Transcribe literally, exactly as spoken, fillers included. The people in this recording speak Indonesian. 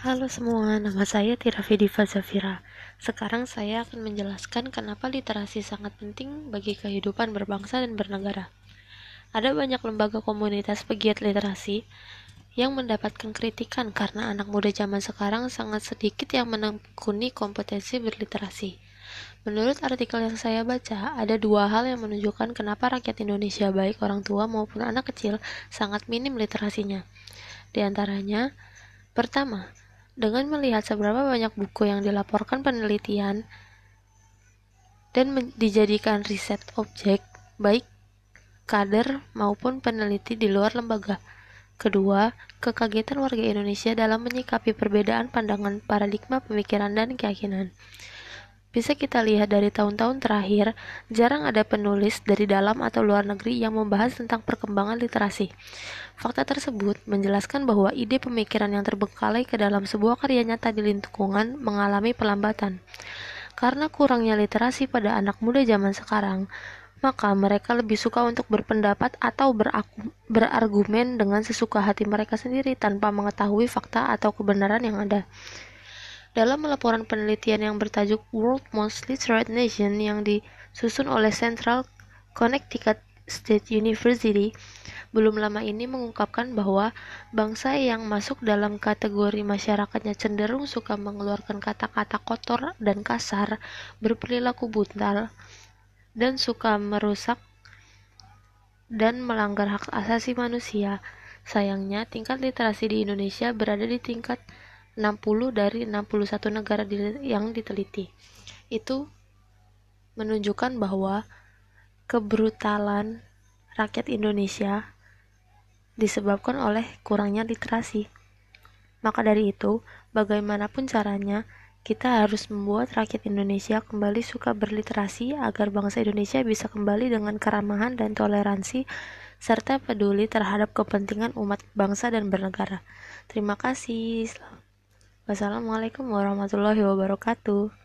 Halo semua, nama saya Tirafi Diva Zafira. Sekarang saya akan menjelaskan kenapa literasi sangat penting bagi kehidupan berbangsa dan bernegara. Ada banyak lembaga komunitas pegiat literasi yang mendapatkan kritikan karena anak muda zaman sekarang sangat sedikit yang menekuni kompetensi berliterasi. Menurut artikel yang saya baca, ada dua hal yang menunjukkan kenapa rakyat Indonesia baik orang tua maupun anak kecil sangat minim literasinya. Di antaranya, pertama, dengan melihat seberapa banyak buku yang dilaporkan penelitian dan dijadikan riset objek, baik kader maupun peneliti di luar lembaga. Kedua, kekagetan warga Indonesia dalam menyikapi perbedaan pandangan, paradigma pemikiran, dan keyakinan. Bisa kita lihat dari tahun-tahun terakhir, jarang ada penulis dari dalam atau luar negeri yang membahas tentang perkembangan literasi. Fakta tersebut menjelaskan bahwa ide pemikiran yang terbengkalai ke dalam sebuah karya nyata di lingkungan mengalami pelambatan. Karena kurangnya literasi pada anak muda zaman sekarang, maka mereka lebih suka untuk berpendapat atau berargumen dengan sesuka hati mereka sendiri tanpa mengetahui fakta atau kebenaran yang ada. Dalam laporan penelitian yang bertajuk World Most Literate Nation yang disusun oleh Central Connecticut State University, belum lama ini mengungkapkan bahwa bangsa yang masuk dalam kategori masyarakatnya cenderung suka mengeluarkan kata-kata kotor dan kasar, berperilaku brutal, dan suka merusak dan melanggar hak asasi manusia. Sayangnya, tingkat literasi di Indonesia berada di tingkat enam puluh dari enam puluh satu negara yang diteliti. Itu menunjukkan bahwa kebrutalan rakyat Indonesia disebabkan oleh kurangnya literasi. Maka dari itu, bagaimanapun caranya, kita harus membuat rakyat Indonesia kembali suka berliterasi agar bangsa Indonesia bisa kembali dengan keramahan dan toleransi serta peduli terhadap kepentingan umat bangsa dan bernegara. Terima kasih. Wassalamualaikum warahmatullahi wabarakatuh.